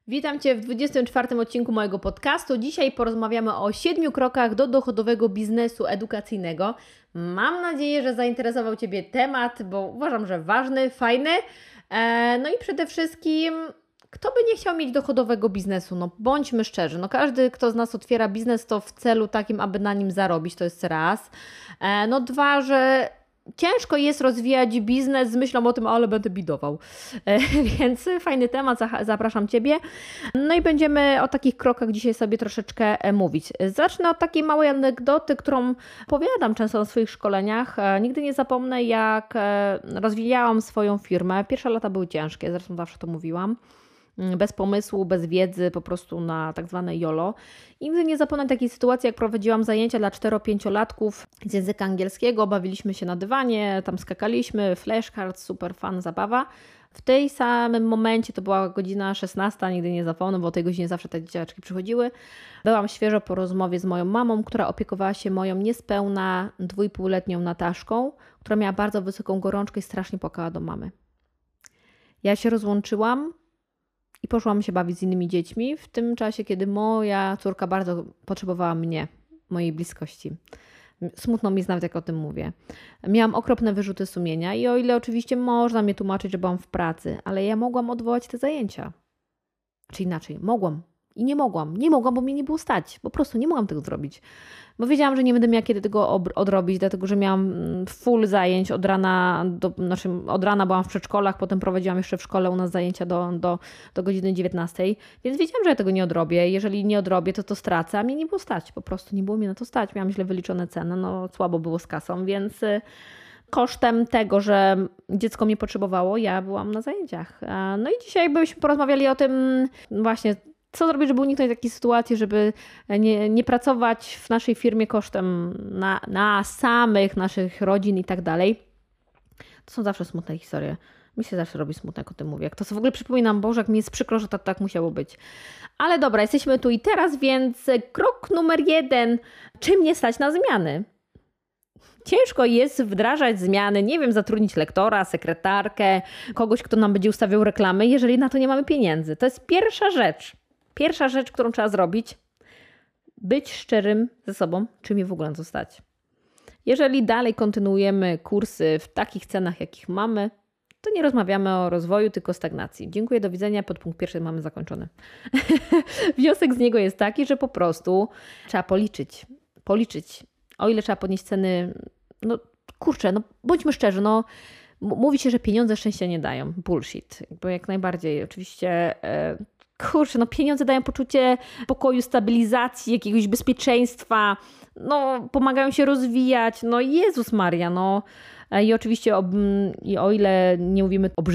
Witam Cię w 24 odcinku mojego podcastu. Dzisiaj porozmawiamy o 7 krokach do dochodowego biznesu edukacyjnego. Mam nadzieję, że zainteresował Ciebie temat, bo uważam, że ważny, fajny. No i przede wszystkim, kto by nie chciał mieć dochodowego biznesu? No bądźmy szczerzy, no każdy, kto z nas otwiera biznes, to w celu takim, aby na nim zarobić, to jest raz. No dwa, że ciężko jest rozwijać biznes z myślą o tym, ale będę bidował. Więc fajny temat, zapraszam Ciebie. No i będziemy o takich krokach dzisiaj sobie troszeczkę mówić. Zacznę od takiej małej anegdoty, którą opowiadam często na swoich szkoleniach. Nigdy nie zapomnę, jak rozwijałam swoją firmę. Pierwsze lata były ciężkie, zresztą zawsze to mówiłam. Bez pomysłu, bez wiedzy, po prostu na tak zwane YOLO. I nigdy nie zapomnę takiej sytuacji, jak prowadziłam zajęcia dla 4-5-latków z języka angielskiego, bawiliśmy się na dywanie, tam skakaliśmy, flashcards, super fun, zabawa. W tej samym momencie, to była godzina 16, nigdy nie zapomnę, bo o tej godzinie zawsze te dzieciaczki przychodziły. Byłam świeżo po rozmowie z moją mamą, która opiekowała się moją niespełna 2,5-letnią Nataszką, która miała bardzo wysoką gorączkę i strasznie płakała do mamy. Ja się rozłączyłam i poszłam się bawić z innymi dziećmi w tym czasie, kiedy moja córka bardzo potrzebowała mnie, mojej bliskości. Smutno mi jest nawet, jak o tym mówię. Miałam okropne wyrzuty sumienia i o ile oczywiście można mnie tłumaczyć, że byłam w pracy, ale ja mogłam odwołać te zajęcia. Czy inaczej, mogłam i nie mogłam. Nie mogłam, bo mnie nie było stać. Po prostu nie mogłam tego zrobić. Bo wiedziałam, że nie będę miała kiedy tego odrobić, dlatego że miałam full zajęć od rana, od rana byłam w przedszkolach, potem prowadziłam jeszcze w szkole u nas zajęcia do godziny 19, więc wiedziałam, że ja tego nie odrobię. Jeżeli nie odrobię, to stracę, a mnie nie było stać. Po prostu nie było mnie na to stać. Miałam źle wyliczone ceny, no słabo było z kasą, więc kosztem tego, że dziecko mnie potrzebowało, ja byłam na zajęciach. No i dzisiaj byśmy porozmawiali o tym właśnie, co zrobić, żeby uniknąć takiej sytuacji, żeby nie pracować w naszej firmie kosztem na samych naszych rodzin i tak dalej. To są zawsze smutne historie. Mi się zawsze robi smutno, jak o tym mówię. Jak to w ogóle przypominam, Boże, jak mi jest przykro, że tak musiało być. Ale dobra, jesteśmy tu i teraz, więc krok numer 1. Czym nie stać na zmiany? Ciężko jest wdrażać zmiany, nie wiem, zatrudnić lektora, sekretarkę, kogoś, kto nam będzie ustawiał reklamy, jeżeli na to nie mamy pieniędzy. To jest pierwsza rzecz. Pierwsza rzecz, którą trzeba zrobić, być szczerym ze sobą, czy mi w ogóle na to stać. Jeżeli dalej kontynuujemy kursy w takich cenach, jakich mamy, to nie rozmawiamy o rozwoju, tylko o stagnacji. Dziękuję, do widzenia, podpunkt 1 mamy zakończony. Wniosek z niego jest taki, że po prostu trzeba policzyć. O ile trzeba podnieść ceny, no kurczę, no bądźmy szczerzy, no mówi się, że pieniądze szczęścia nie dają. Bullshit. Bo jak najbardziej oczywiście... Kurczę, no pieniądze dają poczucie pokoju, stabilizacji, jakiegoś bezpieczeństwa, no pomagają się rozwijać, no Jezus Maria, no. I oczywiście o ile nie mówimy o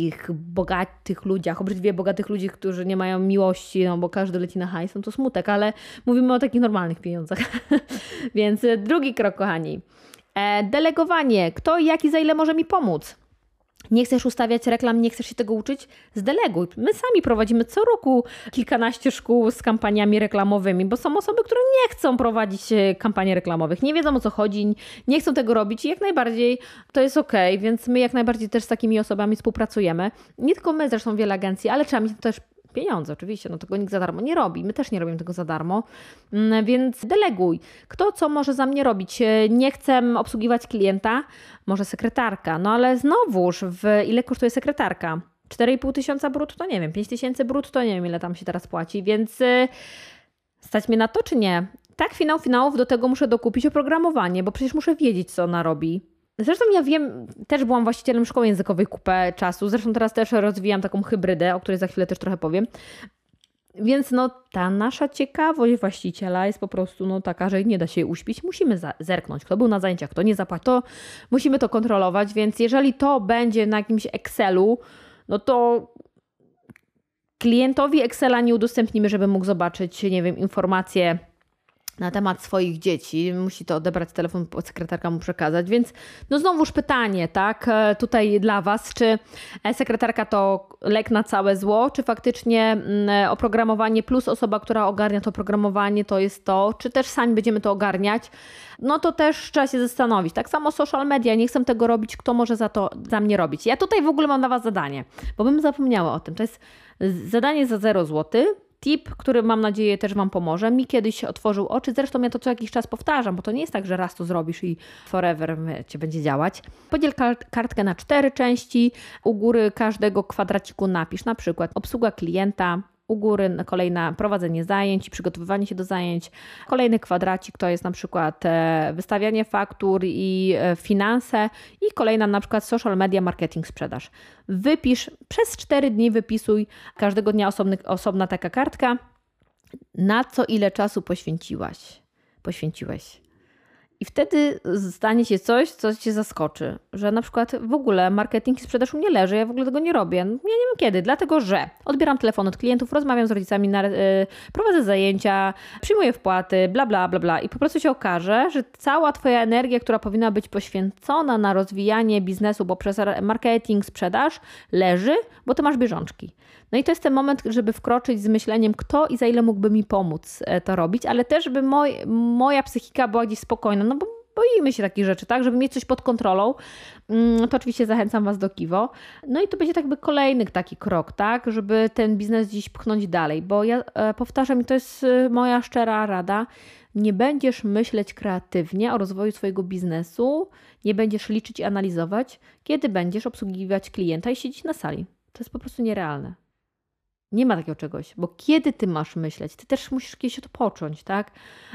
obrzydliwie bogatych ludziach, którzy nie mają miłości, no bo każdy leci na hajs, no to smutek, ale mówimy o takich normalnych pieniądzach. Więc drugi krok, kochani. Delegowanie. Kto, jak i za ile może mi pomóc? Nie chcesz ustawiać reklam, nie chcesz się tego uczyć? Zdeleguj. My sami prowadzimy co roku kilkanaście szkół z kampaniami reklamowymi, bo są osoby, które nie chcą prowadzić kampanii reklamowych, nie wiedzą, o co chodzi, nie chcą tego robić i jak najbardziej to jest okej, więc my jak najbardziej też z takimi osobami współpracujemy. Nie tylko my, zresztą wiele agencji, ale trzeba mieć też pieniądze oczywiście, no tego nikt za darmo nie robi, my też nie robimy tego za darmo, więc deleguj. Kto co może za mnie robić? Nie chcę obsługiwać klienta, może sekretarka, no ale znowuż, ile kosztuje sekretarka? 4,5 tysiąca brutto? Nie wiem, 5 tysięcy brutto? Nie wiem, ile tam się teraz płaci, więc stać mnie na to, czy nie? Tak, finał finałów, do tego muszę dokupić oprogramowanie, bo przecież muszę wiedzieć, co ona robi. Zresztą ja wiem, też byłam właścicielem szkoły językowej kupę czasu, zresztą teraz też rozwijam taką hybrydę, o której za chwilę też trochę powiem. Więc no ta nasza ciekawość właściciela jest po prostu no taka, że nie da się jej uśpić. Musimy zerknąć, kto był na zajęciach, kto nie zapłacił, to musimy to kontrolować, więc jeżeli to będzie na jakimś Excelu, no to klientowi Excela nie udostępnimy, żeby mógł zobaczyć, nie wiem, informacje na temat swoich dzieci. Musi to odebrać telefon, sekretarka mu przekazać, więc no znowuż pytanie, tak, tutaj dla Was, czy sekretarka to lek na całe zło, czy faktycznie oprogramowanie plus osoba, która ogarnia to oprogramowanie, to jest to, czy też sami będziemy to ogarniać, no to też trzeba się zastanowić. Tak samo social media, nie chcę tego robić, kto może za mnie robić. Ja tutaj w ogóle mam dla Was zadanie, bo bym zapomniała o tym. To jest zadanie za 0 zł. Tip, który mam nadzieję też Wam pomoże. Mi kiedyś otworzył oczy, zresztą ja to co jakiś czas powtarzam, bo to nie jest tak, że raz to zrobisz i forever Cię będzie działać. Podziel kartkę na 4 części, u góry każdego kwadraciku napisz na przykład obsługa klienta, u góry kolejna prowadzenie zajęć i przygotowywanie się do zajęć. Kolejny kwadracik to jest na przykład wystawianie faktur i finanse i kolejna na przykład social media, marketing, sprzedaż. Wypisz, przez 4 dni wypisuj, każdego dnia osobna taka kartka, na co ile czasu poświęciłeś. I wtedy stanie się coś, co Cię zaskoczy, że na przykład w ogóle marketing i sprzedaż u mnie leży, ja w ogóle tego nie robię. Ja nie wiem kiedy, dlatego że odbieram telefon od klientów, rozmawiam z rodzicami, prowadzę zajęcia, przyjmuję wpłaty, bla, bla, bla, bla. I po prostu się okaże, że cała Twoja energia, która powinna być poświęcona na rozwijanie biznesu poprzez marketing, sprzedaż, leży, bo Ty masz bieżączki. No i to jest ten moment, żeby wkroczyć z myśleniem, kto i za ile mógłby mi pomóc to robić, ale też, żeby moja psychika była gdzieś spokojna, no bo boimy się takich rzeczy, tak, żeby mieć coś pod kontrolą. To oczywiście zachęcam Was do Kiwo. No i to będzie tak jakby kolejny taki krok, tak, żeby ten biznes gdzieś pchnąć dalej, bo ja powtarzam i to jest moja szczera rada, nie będziesz myśleć kreatywnie o rozwoju swojego biznesu, nie będziesz liczyć i analizować, kiedy będziesz obsługiwać klienta i siedzieć na sali. To jest po prostu nierealne. Nie ma takiego czegoś, bo kiedy Ty masz myśleć? Ty też musisz kiedyś to począć, tak?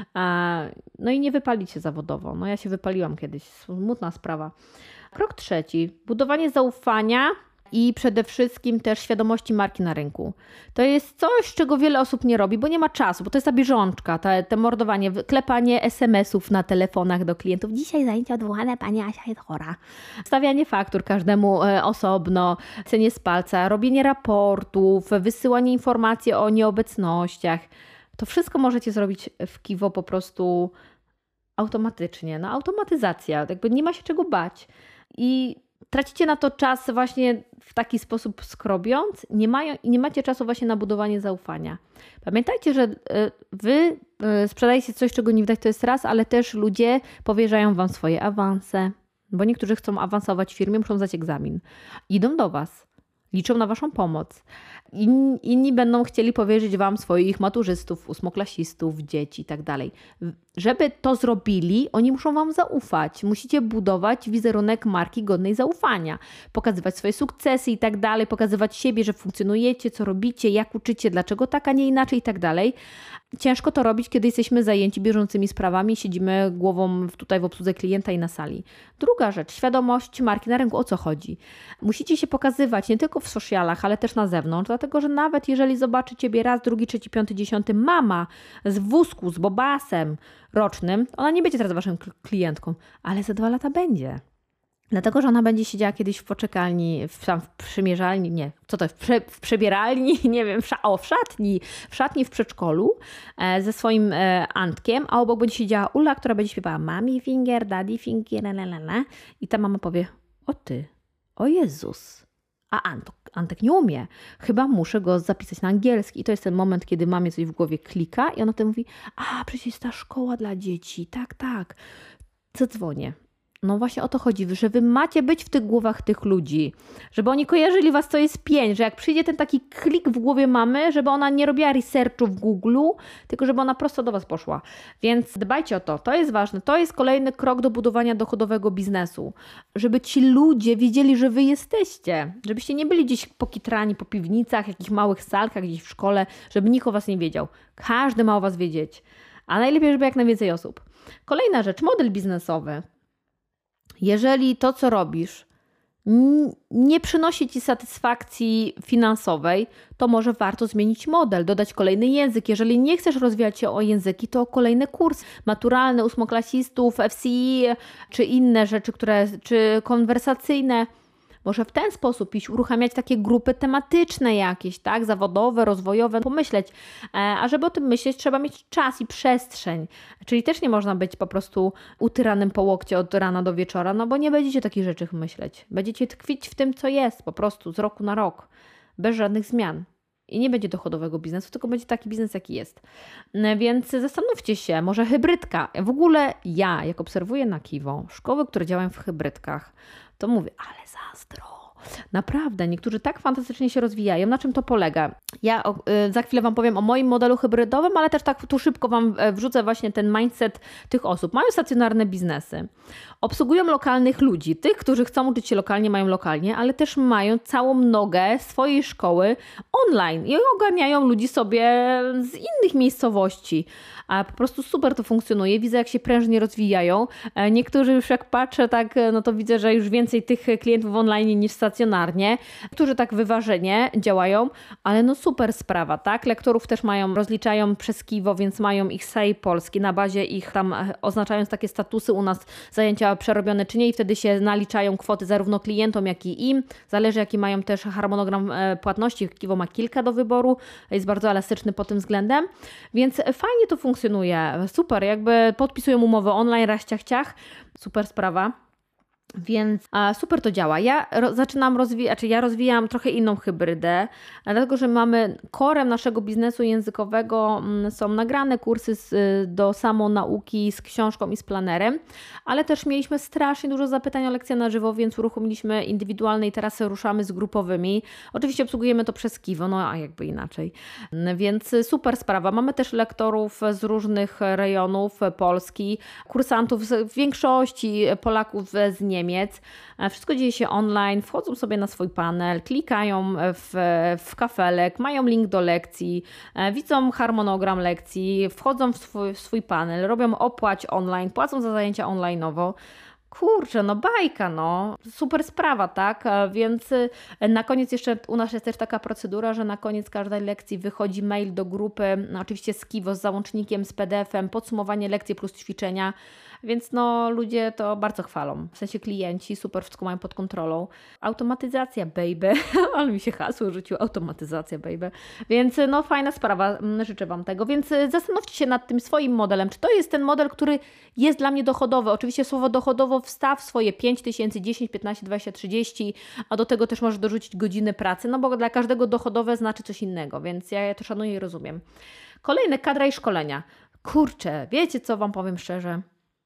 No i nie wypalić się zawodowo. No ja się wypaliłam kiedyś, smutna sprawa. Krok 3. Budowanie zaufania i przede wszystkim też świadomości marki na rynku. To jest coś, czego wiele osób nie robi, bo nie ma czasu, bo to jest ta bieżączka, te mordowanie, klepanie SMS-ów na telefonach do klientów. Dzisiaj zajęcie odwołane, pani Asia jest chora. Stawianie faktur każdemu osobno, cenie z palca, robienie raportów, wysyłanie informacji o nieobecnościach. To wszystko możecie zrobić w Kiwo po prostu automatycznie. No, automatyzacja, jakby nie ma się czego bać. I tracicie na to czas właśnie w taki sposób skrobiąc, nie macie czasu właśnie na budowanie zaufania. Pamiętajcie, że Wy sprzedajecie coś, czego nie widać, to jest raz, ale też ludzie powierzają Wam swoje awanse, bo niektórzy chcą awansować w firmie, muszą zdać egzamin. Idą do Was, liczą na Waszą pomoc. Inni będą chcieli powierzyć Wam swoich maturzystów, ósmoklasistów, dzieci i tak dalej. Żeby to zrobili, oni muszą Wam zaufać. Musicie budować wizerunek marki godnej zaufania. Pokazywać swoje sukcesy i tak dalej, pokazywać siebie, że funkcjonujecie, co robicie, jak uczycie, dlaczego tak, a nie inaczej i tak dalej. Ciężko to robić, kiedy jesteśmy zajęci bieżącymi sprawami, siedzimy głową tutaj w obsłudze klienta i na sali. Druga rzecz, świadomość marki na rynku. O co chodzi? Musicie się pokazywać nie tylko w socialach, ale też na zewnątrz, dlatego że nawet jeżeli zobaczy Ciebie raz, drugi, trzeci, piąty, 10 mama z wózku, z bobasem rocznym, ona nie będzie teraz Waszą klientką, ale za 2 lata będzie. Dlatego, że ona będzie siedziała kiedyś w poczekalni, w przymierzalni, nie, co to jest, w przebieralni, nie wiem, w szatni w przedszkolu ze swoim Antkiem, a obok będzie siedziała Ula, która będzie śpiewała Mami finger, daddy finger, la. I ta mama powie, o ty, o Jezus, a Antek nie umie, chyba muszę go zapisać na angielski. I to jest ten moment, kiedy mamie coś w głowie klika i ona wtedy mówi, a przecież jest ta szkoła dla dzieci, tak, zadzwonię. No właśnie o to chodzi, że Wy macie być w tych głowach tych ludzi, żeby oni kojarzyli Was, co jest 5, że jak przyjdzie ten taki klik w głowie mamy, żeby ona nie robiła researchu w Google'u, tylko żeby ona prosto do Was poszła. Więc dbajcie o to, to jest ważne, to jest kolejny krok do budowania dochodowego biznesu, żeby ci ludzie wiedzieli, że Wy jesteście, żebyście nie byli gdzieś pokitrani po piwnicach, jakichś małych salkach gdzieś w szkole, żeby nikt o Was nie wiedział. Każdy ma o Was wiedzieć, a najlepiej, żeby jak najwięcej osób. Kolejna rzecz, model biznesowy. Jeżeli to, co robisz, nie przynosi Ci satysfakcji finansowej, to może warto zmienić model, dodać kolejny język. Jeżeli nie chcesz rozwijać się o języki, to kolejny kurs maturalny, ósmoklasistów, FCI, czy inne rzeczy, czy konwersacyjne. Może w ten sposób iść, uruchamiać takie grupy tematyczne jakieś, tak, zawodowe, rozwojowe, pomyśleć. A żeby o tym myśleć, trzeba mieć czas i przestrzeń. Czyli też nie można być po prostu utyranym po łokcie od rana do wieczora, no bo nie będziecie takich rzeczy myśleć. Będziecie tkwić w tym, co jest po prostu z roku na rok, bez żadnych zmian. I nie będzie dochodowego biznesu, tylko będzie taki biznes, jaki jest. Więc zastanówcie się, może hybrydka. W ogóle ja, jak obserwuję na Kiwo szkoły, które działają w hybrydkach, to mówię, ale zazdro. Naprawdę, niektórzy tak fantastycznie się rozwijają. Na czym to polega? Ja za chwilę Wam powiem o moim modelu hybrydowym, ale też tak tu szybko Wam wrzucę właśnie ten mindset tych osób. Mają stacjonarne biznesy, obsługują lokalnych ludzi. Tych, którzy chcą uczyć się lokalnie, mają lokalnie, ale też mają całą nogę swojej szkoły online i ogarniają ludzi sobie z innych miejscowości. A po prostu super to funkcjonuje. Widzę, jak się prężnie rozwijają. Niektórzy już jak patrzę, tak, no to widzę, że już więcej tych klientów online niż stacjonarnie. Niektórzy tak wyważenie działają, ale no super sprawa, tak? Lektorów też mają, rozliczają przez Kiwo, więc mają ich z całej Polski na bazie ich tam, oznaczając takie statusy u nas, zajęcia przerobione czy nie i wtedy się naliczają kwoty zarówno klientom, jak i im. Zależy, jaki mają też harmonogram płatności. Kiwo ma kilka do wyboru, jest bardzo elastyczny pod tym względem, więc fajnie to funkcjonuje. Super, jakby podpisują umowę online, raz ciach, ciach. Super sprawa. Więc super to działa. Ja rozwijam trochę inną hybrydę, dlatego że mamy korem naszego biznesu językowego, są nagrane kursy do samonauki z książką i z planerem, ale też mieliśmy strasznie dużo zapytań o lekcje na żywo, więc uruchomiliśmy indywidualne i teraz ruszamy z grupowymi. Oczywiście obsługujemy to przez Kiwo, no a jakby inaczej. Więc super sprawa. Mamy też lektorów z różnych rejonów Polski, kursantów w większości Polaków z Niemiec. Wszystko dzieje się online, wchodzą sobie na swój panel, klikają w kafelek, mają link do lekcji, widzą harmonogram lekcji, wchodzą w swój panel, robią opłać online, płacą za zajęcia online'owo. Kurczę, no bajka, no. Super sprawa, tak? Więc na koniec jeszcze u nas jest też taka procedura, że na koniec każdej lekcji wychodzi mail do grupy, no oczywiście z Kiwo, z załącznikiem, z PDF-em, podsumowanie lekcji plus ćwiczenia, więc no ludzie to bardzo chwalą, w sensie klienci super wszystko mają pod kontrolą. Automatyzacja, baby, ale mi się hasło rzuciło, automatyzacja, baby, więc no fajna sprawa, życzę Wam tego, więc zastanówcie się nad tym swoim modelem, czy to jest ten model, który jest dla mnie dochodowy. Oczywiście słowo dochodowo wstaw swoje 5 tysięcy, 10, 15, 20, 30, a do tego też możesz dorzucić godziny pracy, no bo dla każdego dochodowe znaczy coś innego, więc ja to szanuję i rozumiem. Kolejne, kadra i szkolenia. Kurczę, wiecie co Wam powiem szczerze?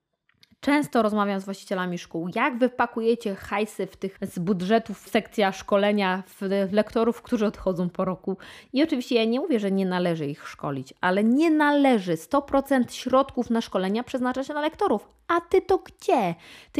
Często rozmawiam z właścicielami szkół, jak wy wpakujecie hajsy z budżetów sekcja szkolenia w lektorów, którzy odchodzą po roku. I oczywiście ja nie mówię, że nie należy ich szkolić, ale nie należy 100% środków na szkolenia przeznaczać się na lektorów. A ty to gdzie?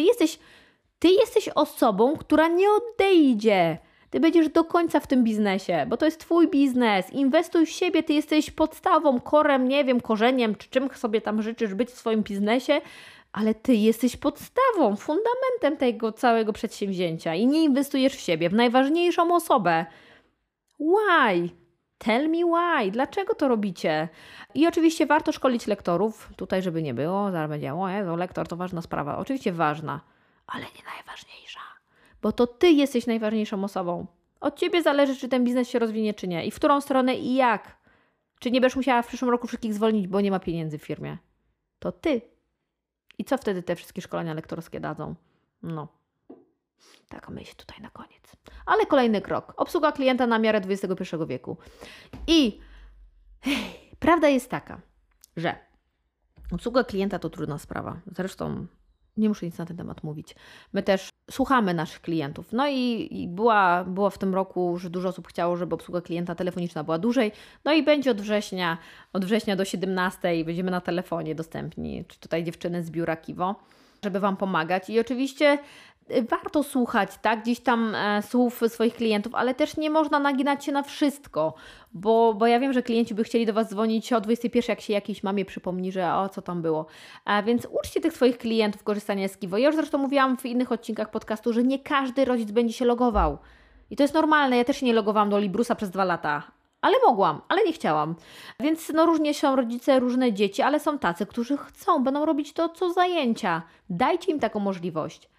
Ty jesteś osobą, która nie odejdzie. Ty będziesz do końca w tym biznesie, bo to jest Twój biznes. Inwestuj w siebie, Ty jesteś podstawą, korem, nie wiem, korzeniem, czy czym sobie tam życzysz być w swoim biznesie, ale Ty jesteś podstawą, fundamentem tego całego przedsięwzięcia i nie inwestujesz w siebie, w najważniejszą osobę. Why? Tell me why. Dlaczego to robicie? I oczywiście warto szkolić lektorów. Tutaj, żeby nie było, zaraz będzie, lektor to ważna sprawa. Oczywiście ważna, ale nie najważniejsza. Bo to Ty jesteś najważniejszą osobą. Od Ciebie zależy, czy ten biznes się rozwinie, czy nie. I w którą stronę i jak. Czy nie będziesz musiała w przyszłym roku wszystkich zwolnić, bo nie ma pieniędzy w firmie. To Ty. I co wtedy te wszystkie szkolenia lektorskie dadzą? No. Taka myśl tutaj na koniec. Ale kolejny krok. Obsługa klienta na miarę XXI wieku. I prawda jest taka, że obsługa klienta to trudna sprawa. Zresztą nie muszę nic na ten temat mówić. My też słuchamy naszych klientów. No i była w tym roku, że dużo osób chciało, żeby obsługa klienta telefoniczna była dłużej. No i będzie od września do 17 będziemy na telefonie dostępni. Czy tutaj dziewczyny z biura Kiwo, żeby Wam pomagać. I oczywiście warto słuchać, tak, gdzieś tam słów swoich klientów, ale też nie można naginać się na wszystko, bo ja wiem, że klienci by chcieli do Was dzwonić o 21, jak się jakiejś mamie przypomni, że o co tam było. Więc uczcie tych swoich klientów korzystania z Kiwo. Ja już zresztą mówiłam w innych odcinkach podcastu, że nie każdy rodzic będzie się logował. I to jest normalne, ja też się nie logowałam do Librusa przez 2 lata. Ale mogłam, ale nie chciałam. Więc no różnie są rodzice, różne dzieci, ale są tacy, którzy chcą, będą robić to co zajęcia. Dajcie im taką możliwość.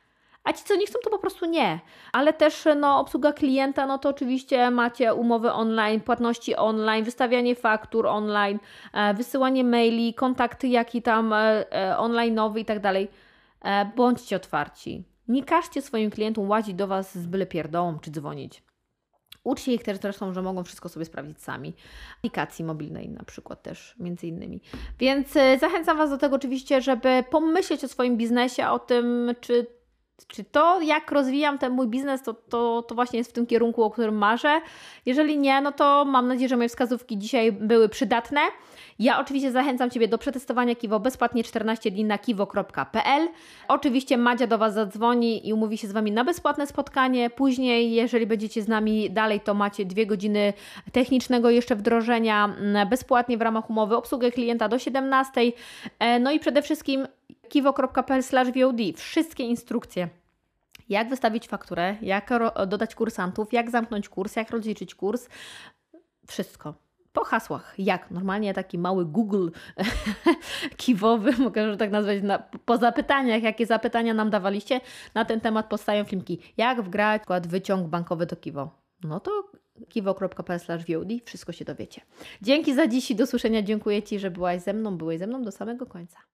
A ci, co nie chcą, to po prostu nie. Ale też obsługa klienta, no to oczywiście macie umowy online, płatności online, wystawianie faktur online, wysyłanie maili, kontakty jaki tam online'owy i tak dalej. Bądźcie otwarci. Nie każcie swoim klientom łazić do Was z byle pierdołą czy dzwonić. Uczcie ich też zresztą, że mogą wszystko sobie sprawdzić sami. Aplikacji mobilnej na przykład też, między innymi. Więc zachęcam Was do tego oczywiście, żeby pomyśleć o swoim biznesie, o tym, czy to, jak rozwijam ten mój biznes, to właśnie jest w tym kierunku, o którym marzę. Jeżeli nie, no to mam nadzieję, że moje wskazówki dzisiaj były przydatne. Ja oczywiście zachęcam Ciebie do przetestowania Kivo bezpłatnie 14 dni na kivo.pl. Oczywiście Madzia do Was zadzwoni i umówi się z Wami na bezpłatne spotkanie. Później, jeżeli będziecie z nami dalej, to macie 2 godziny technicznego jeszcze wdrożenia bezpłatnie w ramach umowy, obsługę klienta do 17. No i przede wszystkim kivo.pl/VOD. Wszystkie instrukcje. Jak wystawić fakturę, jak dodać kursantów, jak zamknąć kurs, jak rozliczyć kurs. Wszystko. Po hasłach. Jak? Normalnie taki mały Google kiwowy, mogę tak nazwać, po zapytaniach, jakie zapytania nam dawaliście na ten temat, powstają filmiki. Jak wgrać przykład wyciąg bankowy do Kivo? No to kivo.pl/VOD, wszystko się dowiecie. Dzięki za dziś i do usłyszenia. Dziękuję Ci, że byłeś ze mną do samego końca.